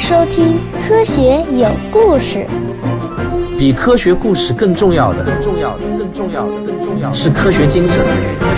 收听科学有故事。 比科学故事更重要的是科学精神。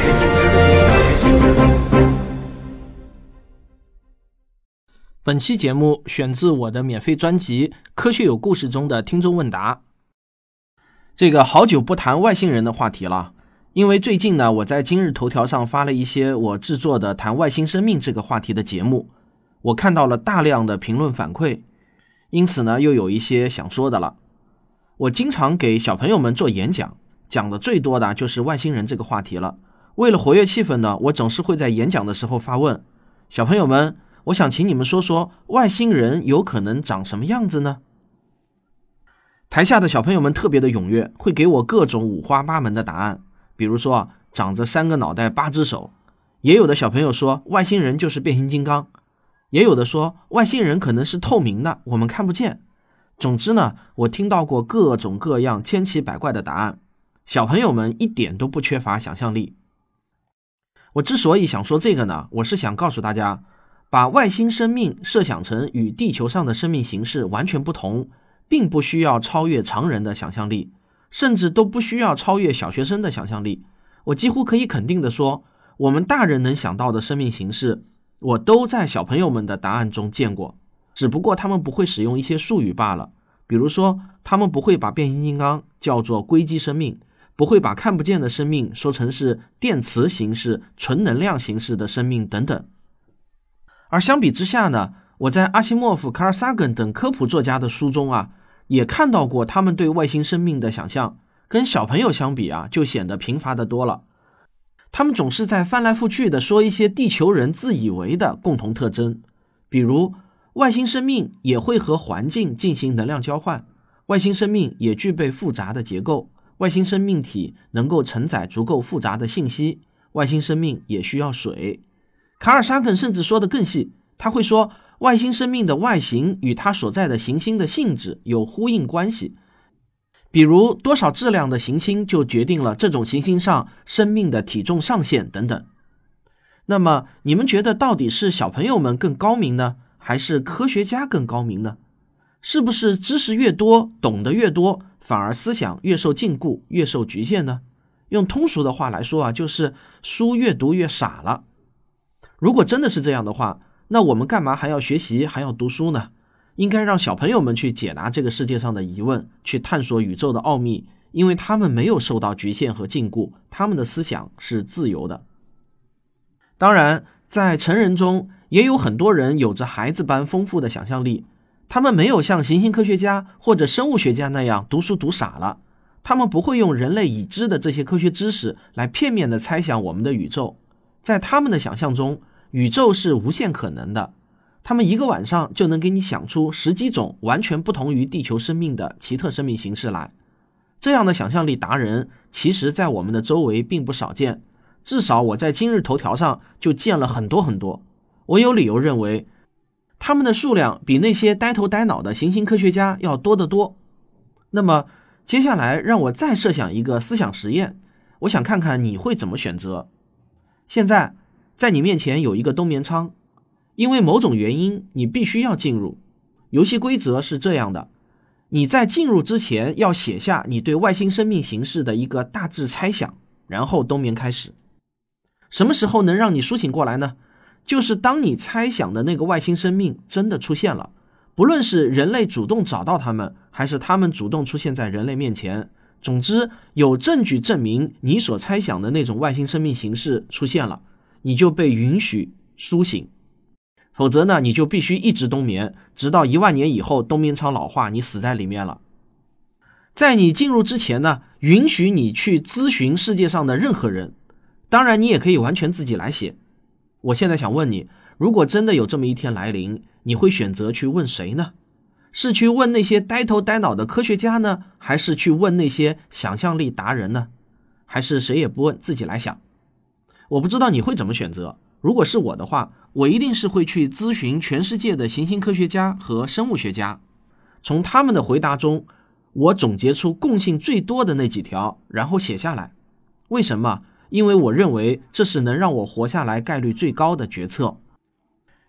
本期节目选自我的免费专辑《科学有故事》中的听众问答。这个好久不谈外星人的话题了，因为最近呢，我在今日头条上发了一些我制作的谈外星生命这个话题的节目，我看到了大量的评论反馈，因此呢，又有一些想说的了。我经常给小朋友们做演讲，讲的最多的就是外星人这个话题了。为了活跃气氛呢，我总是会在演讲的时候发问：小朋友们，我想请你们说说外星人有可能长什么样子呢？台下的小朋友们特别的踊跃，会给我各种五花八门的答案。比如说长着3个脑袋8只手，也有的小朋友说外星人就是变形金刚，也有的说外星人可能是透明的，我们看不见。总之呢，我听到过各种各样千奇百怪的答案，小朋友们一点都不缺乏想象力。我之所以想说这个呢，我是想告诉大家，把外星生命设想成与地球上的生命形式完全不同，并不需要超越常人的想象力，甚至都不需要超越小学生的想象力。我几乎可以肯定地说，我们大人能想到的生命形式，我都在小朋友们的答案中见过，只不过他们不会使用一些术语罢了。比如说，他们不会把变形金刚叫做硅基生命，不会把看不见的生命说成是电磁形式、纯能量形式的生命等等。而相比之下呢，我在阿西莫夫、卡尔萨根等科普作家的书中也看到过他们对外星生命的想象，跟小朋友相比就显得贫乏得多了。他们总是在翻来覆去的说一些地球人自以为的共同特征，比如外星生命也会和环境进行能量交换，外星生命也具备复杂的结构，外星生命体能够承载足够复杂的信息，外星生命也需要水。卡尔沙根甚至说得更细，他会说外星生命的外形与它所在的行星的性质有呼应关系，比如多少质量的行星就决定了这种行星上生命的体重上限等等。那么你们觉得到底是小朋友们更高明呢，还是科学家更高明呢？是不是知识越多，懂得越多，反而思想越受禁锢，越受局限呢？用通俗的话来说就是书越读越傻了。如果真的是这样的话，那我们干嘛还要学习，还要读书呢？应该让小朋友们去解答这个世界上的疑问，去探索宇宙的奥秘，因为他们没有受到局限和禁锢，他们的思想是自由的。当然，在成人中也有很多人有着孩子般丰富的想象力，他们没有像行星科学家或者生物学家那样读书读傻了，他们不会用人类已知的这些科学知识来片面地猜想我们的宇宙。在他们的想象中，宇宙是无限可能的，他们一个晚上就能给你想出10几种完全不同于地球生命的奇特生命形式来。这样的想象力达人其实在我们的周围并不少见，至少我在今日头条上就见了很多很多。我有理由认为他们的数量比那些呆头呆脑的行星科学家要多得多。那么接下来让我再设想一个思想实验，我想看看你会怎么选择。现在在你面前有一个冬眠舱，因为某种原因你必须要进入。游戏规则是这样的，你在进入之前要写下你对外星生命形式的一个大致猜想，然后冬眠开始。什么时候能让你苏醒过来呢？就是当你猜想的那个外星生命真的出现了，不论是人类主动找到他们，还是他们主动出现在人类面前，总之有证据证明你所猜想的那种外星生命形式出现了，你就被允许苏醒。否则呢，你就必须一直冬眠，直到1万年以后冬眠舱老化，你死在里面了。在你进入之前呢，允许你去咨询世界上的任何人，当然你也可以完全自己来写。我现在想问你，如果真的有这么一天来临，你会选择去问谁呢？是去问那些呆头呆脑的科学家呢，还是去问那些想象力达人呢？还是谁也不问，自己来想？我不知道你会怎么选择。如果是我的话，我一定是会去咨询全世界的行星科学家和生物学家，从他们的回答中，我总结出共性最多的那几条，然后写下来。为什么？因为我认为这是能让我活下来概率最高的决策。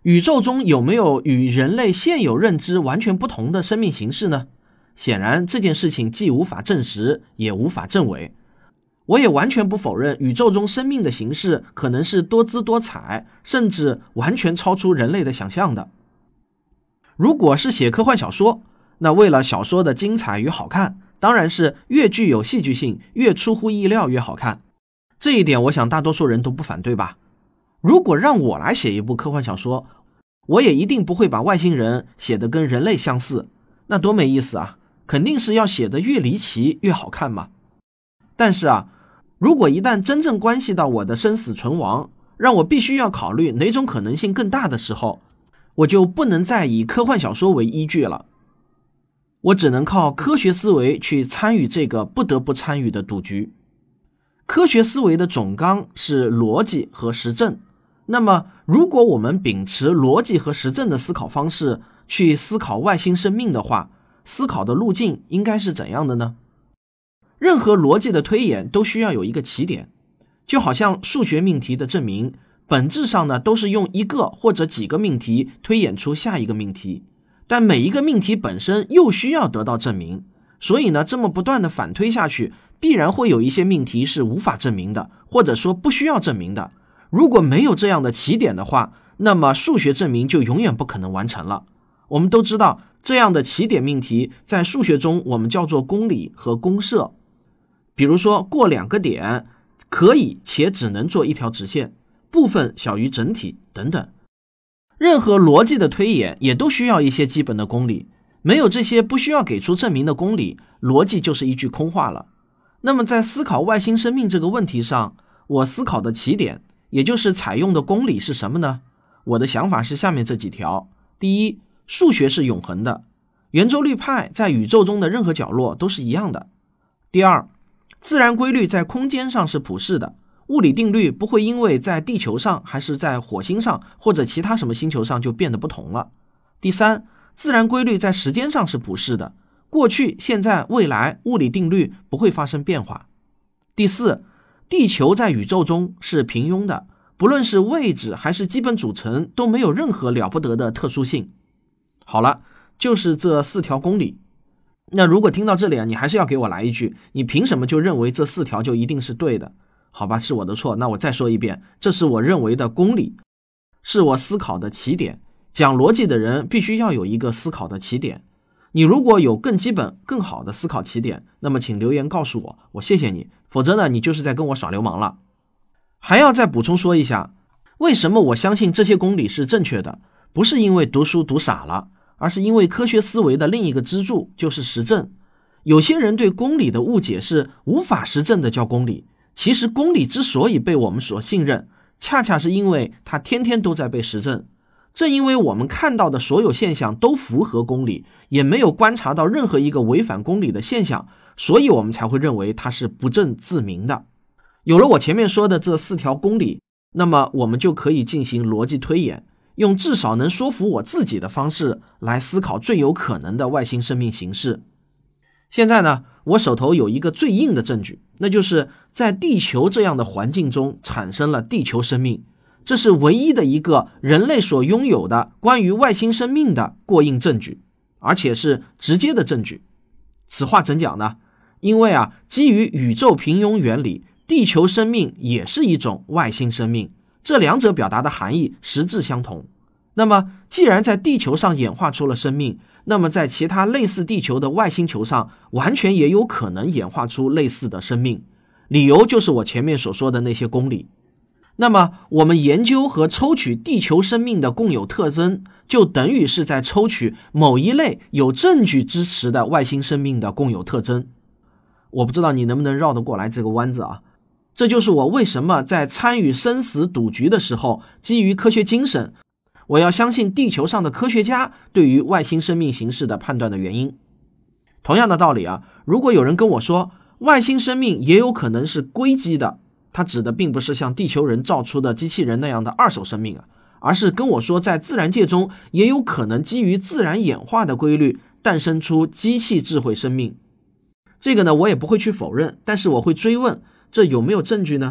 宇宙中有没有与人类现有认知完全不同的生命形式呢？显然这件事情既无法证实，也无法证伪。我也完全不否认宇宙中生命的形式可能是多姿多彩，甚至完全超出人类的想象的。如果是写科幻小说，那为了小说的精彩与好看，当然是越具有戏剧性，越出乎意料越好看。这一点我想大多数人都不反对吧。如果让我来写一部科幻小说，我也一定不会把外星人写得跟人类相似，那多没意思啊，肯定是要写得越离奇越好看嘛。但是啊，如果一旦真正关系到我的生死存亡，让我必须要考虑哪种可能性更大的时候，我就不能再以科幻小说为依据了，我只能靠科学思维去参与这个不得不参与的赌局。科学思维的总纲是逻辑和实证，那么如果我们秉持逻辑和实证的思考方式去思考外星生命的话，思考的路径应该是怎样的呢？任何逻辑的推演都需要有一个起点，就好像数学命题的证明，本质上呢都是用一个或者几个命题推演出下一个命题，但每一个命题本身又需要得到证明，所以呢这么不断的反推下去，必然会有一些命题是无法证明的，或者说不需要证明的。如果没有这样的起点的话，那么数学证明就永远不可能完成了。我们都知道，这样的起点命题在数学中我们叫做公理和公设。比如说过两个点可以且只能做一条直线，部分小于整体等等。任何逻辑的推演也都需要一些基本的公理，没有这些不需要给出证明的公理，逻辑就是一句空话了。那么在思考外星生命这个问题上，我思考的起点，也就是采用的公理是什么呢？我的想法是下面这几条。第一，数学是永恒的，圆周率派在宇宙中的任何角落都是一样的。第二，自然规律在空间上是普世的，物理定律不会因为在地球上还是在火星上或者其他什么星球上就变得不同了。第三，自然规律在时间上是普世的，过去、现在、未来物理定律不会发生变化。第四，地球在宇宙中是平庸的，不论是位置还是基本组成都没有任何了不得的特殊性。好了，就是这4条公理。那如果听到这里啊，你还是要给我来一句，你凭什么就认为这4条就一定是对的？好吧，是我的错，那我再说一遍，这是我认为的公理，是我思考的起点。讲逻辑的人必须要有一个思考的起点。你如果有更基本更好的思考起点，那么请留言告诉我，我谢谢你，否则呢你就是在跟我耍流氓了。还要再补充说一下，为什么我相信这些公理是正确的，不是因为读书读傻了，而是因为科学思维的另一个支柱就是实证。有些人对公理的误解是无法实证的叫公理，其实公理之所以被我们所信任，恰恰是因为它天天都在被实证。正因为我们看到的所有现象都符合公理，也没有观察到任何一个违反公理的现象，所以我们才会认为它是不证自明的。有了我前面说的这4条公理，那么我们就可以进行逻辑推演，用至少能说服我自己的方式来思考最有可能的外星生命形式。现在呢，我手头有一个最硬的证据，那就是在地球这样的环境中产生了地球生命，这是唯一的一个人类所拥有的关于外星生命的过硬证据，而且是直接的证据。此话怎讲呢？因为基于宇宙平庸原理，地球生命也是一种外星生命，这两者表达的含义实质相同。那么既然在地球上演化出了生命，那么在其他类似地球的外星球上完全也有可能演化出类似的生命，理由就是我前面所说的那些公理。那么我们研究和抽取地球生命的共有特征，就等于是在抽取某一类有证据支持的外星生命的共有特征。我不知道你能不能绕得过来这个弯子啊？这就是我为什么在参与生死赌局的时候，基于科学精神，我要相信地球上的科学家对于外星生命形式的判断的原因。同样的道理如果有人跟我说外星生命也有可能是硅基的，他指的并不是像地球人造出的机器人那样的二手生命而是跟我说在自然界中也有可能基于自然演化的规律诞生出机器智慧生命。这个呢我也不会去否认，但是我会追问，这有没有证据呢？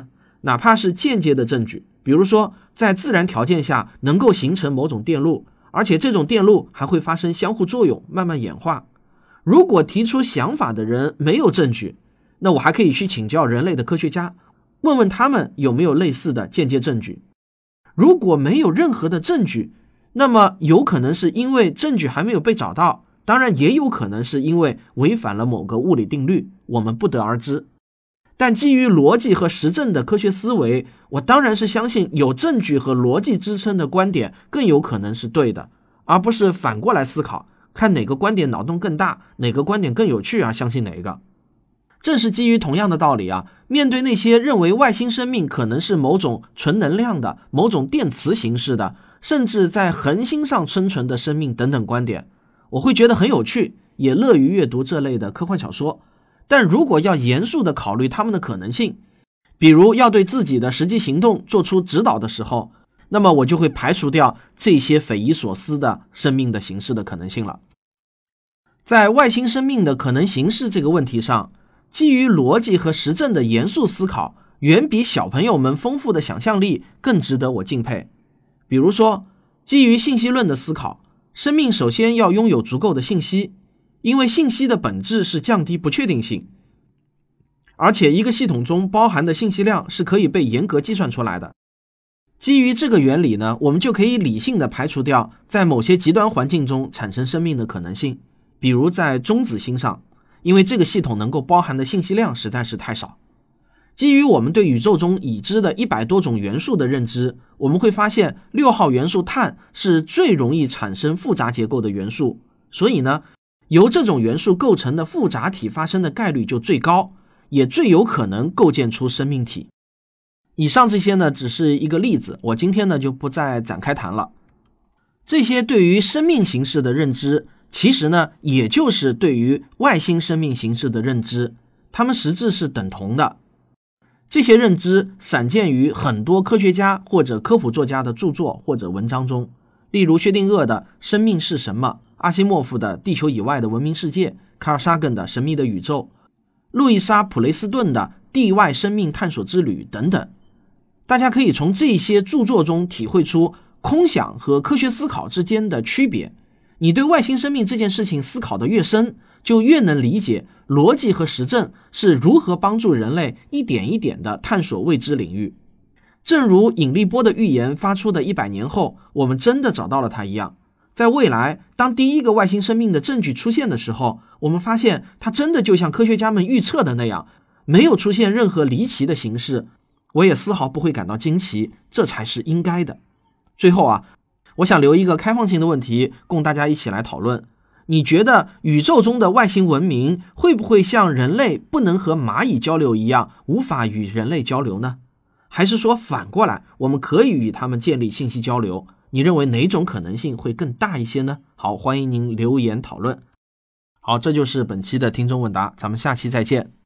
哪怕是间接的证据，比如说在自然条件下能够形成某种电路，而且这种电路还会发生相互作用，慢慢演化。如果提出想法的人没有证据，那我还可以去请教人类的科学家，问问他们有没有类似的间接证据。如果没有任何的证据，那么有可能是因为证据还没有被找到，当然也有可能是因为违反了某个物理定律，我们不得而知。但基于逻辑和实证的科学思维，我当然是相信有证据和逻辑支撑的观点更有可能是对的，而不是反过来思考，看哪个观点脑洞更大，哪个观点更有趣啊，相信哪一个。正是基于同样的道理啊，面对那些认为外星生命可能是某种纯能量的、某种电磁形式的，甚至在恒星上生存的生命等等观点，我会觉得很有趣，也乐于阅读这类的科幻小说。但如果要严肃地考虑他们的可能性，比如要对自己的实际行动做出指导的时候，那么我就会排除掉这些匪夷所思的生命的形式的可能性了。在外星生命的可能形式这个问题上，基于逻辑和实证的严肃思考，远比小朋友们丰富的想象力更值得我敬佩。比如说，基于信息论的思考，生命首先要拥有足够的信息，因为信息的本质是降低不确定性，而且一个系统中包含的信息量是可以被严格计算出来的。基于这个原理呢，我们就可以理性地排除掉在某些极端环境中产生生命的可能性，比如在中子星上，因为这个系统能够包含的信息量实在是太少。基于我们对宇宙中已知的100多种元素的认知，我们会发现6号元素碳是最容易产生复杂结构的元素，所以呢，由这种元素构成的复杂体发生的概率就最高，也最有可能构建出生命体。以上这些呢，只是一个例子，我今天呢就不再展开谈了。这些对于生命形式的认知，其实呢，也就是对于外星生命形式的认知，它们实质是等同的。这些认知散见于很多科学家或者科普作家的著作或者文章中，例如薛定谔的《生命是什么》，阿西莫夫的《地球以外的文明世界》，卡尔萨根的《神秘的宇宙》，路易莎·普雷斯顿的《地外生命探索之旅》等等。大家可以从这些著作中体会出空想和科学思考之间的区别。你对外星生命这件事情思考的越深，就越能理解逻辑和实证是如何帮助人类一点一点地探索未知领域。正如引力波的预言发出的100年后，我们真的找到了它一样，在未来，当第一个外星生命的证据出现的时候，我们发现它真的就像科学家们预测的那样，没有出现任何离奇的形式，我也丝毫不会感到惊奇，这才是应该的。最后啊，我想留一个开放性的问题供大家一起来讨论。你觉得宇宙中的外星文明会不会像人类不能和蚂蚁交流一样，无法与人类交流呢？还是说反过来，我们可以与他们建立信息交流？你认为哪种可能性会更大一些呢？好，欢迎您留言讨论。好，这就是本期的听众问答，咱们下期再见。